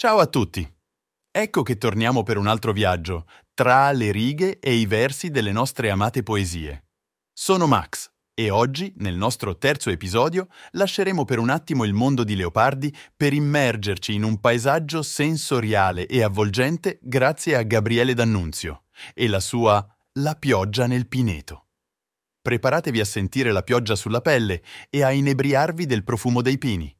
Ciao a tutti! Ecco che torniamo per un altro viaggio, tra le righe e i versi delle nostre amate poesie. Sono Max e oggi, nel nostro terzo episodio, lasceremo per un attimo il mondo di Leopardi per immergerci in un paesaggio sensoriale e avvolgente grazie a Gabriele D'Annunzio e la sua La pioggia nel pineto. Preparatevi a sentire la pioggia sulla pelle e a inebriarvi del profumo dei pini.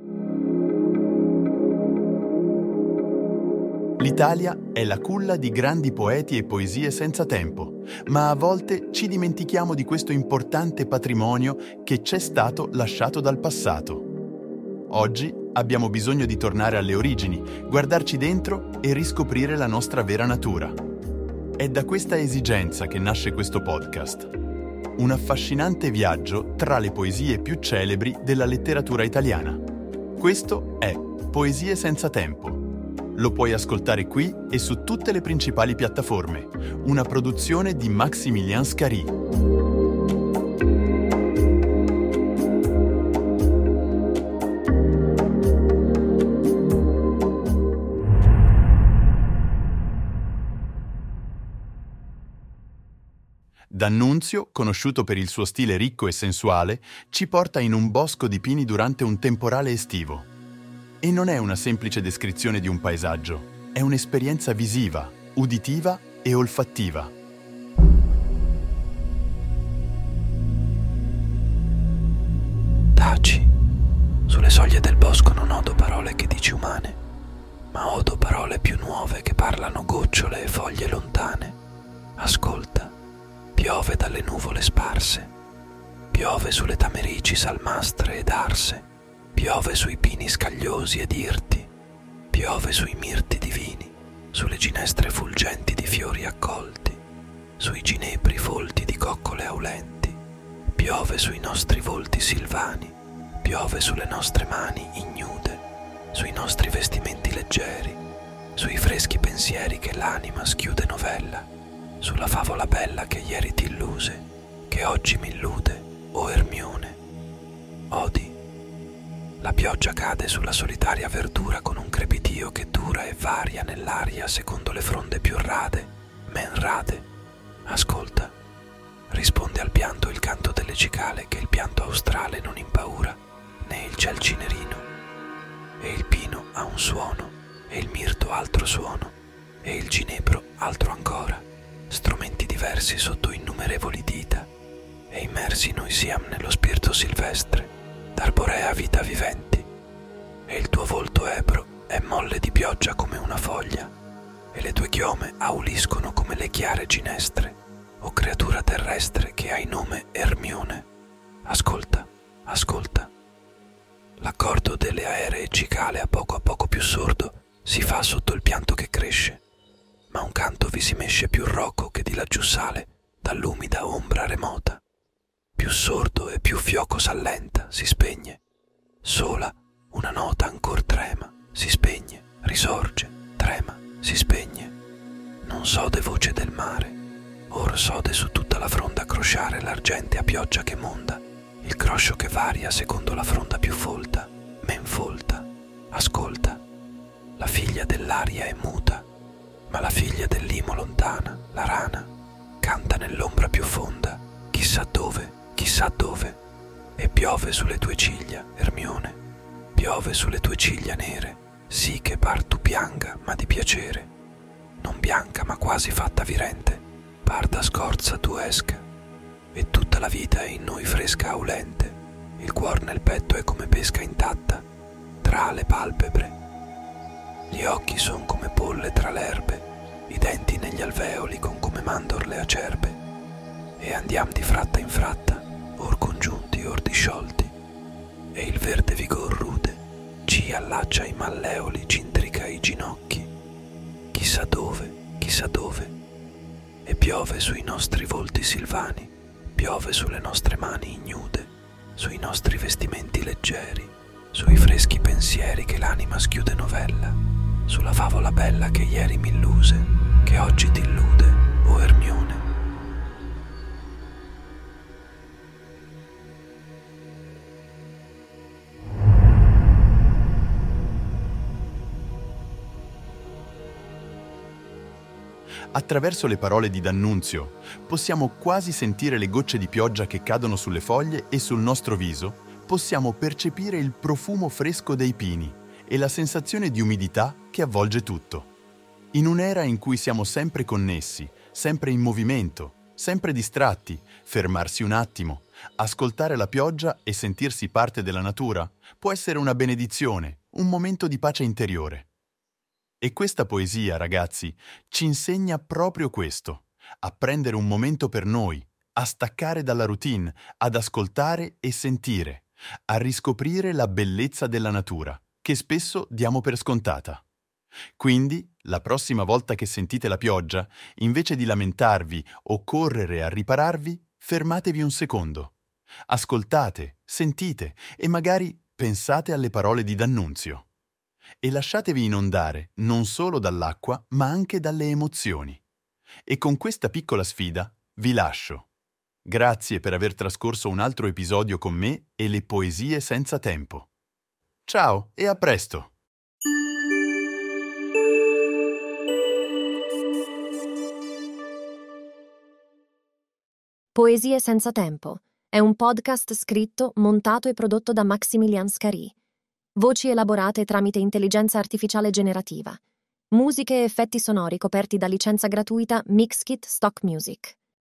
L'Italia è la culla di grandi poeti e poesie senza tempo, ma a volte ci dimentichiamo di questo importante patrimonio che c'è stato lasciato dal passato. Oggi abbiamo bisogno di tornare alle origini, guardarci dentro e riscoprire la nostra vera natura. È da questa esigenza che nasce questo podcast. Un affascinante viaggio tra le poesie più celebri della letteratura italiana. Questo è Poesie senza tempo. Lo puoi ascoltare qui e su tutte le principali piattaforme. Una produzione di Maximilien Scarry. D'Annunzio, conosciuto per il suo stile ricco e sensuale, ci porta in un bosco di pini durante un temporale estivo. E non è una semplice descrizione di un paesaggio, è un'esperienza visiva, uditiva e olfattiva. Taci. Sulle soglie del bosco non odo parole che dici umane, ma odo parole più nuove che parlano gocciole e foglie lontane. Ascolta, piove dalle nuvole sparse, piove sulle tamerici salmastre ed arse, piove sui pini scagliosi ed irti, piove sui mirti divini, sulle ginestre fulgenti di fiori accolti, sui ginepri folti di coccole aulenti, piove sui nostri volti silvani, piove sulle nostre mani ignude, sui nostri vestimenti leggeri, sui freschi pensieri che l'anima schiude novella, sulla favola bella che ieri ti illuse, che oggi mi illude, o Ermione. Odi. La pioggia cade sulla solitaria verdura con un crepitio che dura e varia nell'aria secondo le fronde più rade, men rade. Ascolta, risponde al pianto il canto delle cicale che il pianto australe non impaura, né il ciel cinerino. E il pino ha un suono, e il mirto altro suono, e il ginepro altro ancora, strumenti diversi sotto innumerevoli dita, e immersi noi siam nello spirito silvestre, d'arborea vita viventi, e il tuo volto ebro è molle di pioggia come una foglia, e le tue chiome auliscono come le chiare ginestre, o creatura terrestre che hai nome Ermione. Ascolta, ascolta. L'accordo delle aeree cicale a poco più sordo si fa sotto il pianto che cresce, ma un canto vi si mesce più roco che di laggiù sale dall'umida ombra remota. Più sordo e più fioco s'allenta, si spegne. Sola una nota ancor trema, si spegne, risorge, trema, si spegne. Non sode voce del mare, or sode su tutta la fronda crosciare l'argentea pioggia che monda, il croscio che varia secondo la fronda più folta, men folta. Ascolta, la figlia dell'aria è muta, ma la figlia dell'imo lontana, la rana, canta nell'ombra più fonda, chissà dove, e piove sulle tue ciglia, Ermione, piove sulle tue ciglia nere, sì che par tu pianga, ma di piacere, non bianca ma quasi fatta virente, par da scorza tu esca, e tutta la vita è in noi fresca aulente, il cuor nel petto è come pesca intatta, tra le palpebre, gli occhi son come polle tra l'erbe, i denti negli alveoli con come mandorle acerbe, e andiam di fratta in fratta, or congiunti or disciolti, e il verde vigor rude ci allaccia i malleoli, ci intrica i ginocchi, chissà dove, e piove sui nostri volti silvani, piove sulle nostre mani ignude, sui nostri vestimenti leggeri, sui freschi pensieri che l'anima schiude novella, sulla favola bella che ieri mi illuse, che oggi ti illude, o Ermione. Attraverso le parole di D'Annunzio possiamo quasi sentire le gocce di pioggia che cadono sulle foglie e sul nostro viso possiamo percepire il profumo fresco dei pini e la sensazione di umidità che avvolge tutto. In un'era in cui siamo sempre connessi, sempre in movimento, sempre distratti, fermarsi un attimo, ascoltare la pioggia e sentirsi parte della natura può essere una benedizione, un momento di pace interiore. E questa poesia, ragazzi, ci insegna proprio questo, a prendere un momento per noi, a staccare dalla routine, ad ascoltare e sentire, a riscoprire la bellezza della natura, che spesso diamo per scontata. Quindi, la prossima volta che sentite la pioggia, invece di lamentarvi o correre a ripararvi, fermatevi un secondo. Ascoltate, sentite e magari pensate alle parole di D'Annunzio. E lasciatevi inondare non solo dall'acqua, ma anche dalle emozioni. E con questa piccola sfida vi lascio. Grazie per aver trascorso un altro episodio con me e le poesie senza tempo. Ciao e a presto! Poesie senza tempo è un podcast scritto, montato e prodotto da Maximilian Scarì. Voci elaborate tramite intelligenza artificiale generativa. Musiche e effetti sonori coperti da licenza gratuita Mixkit Stock Music.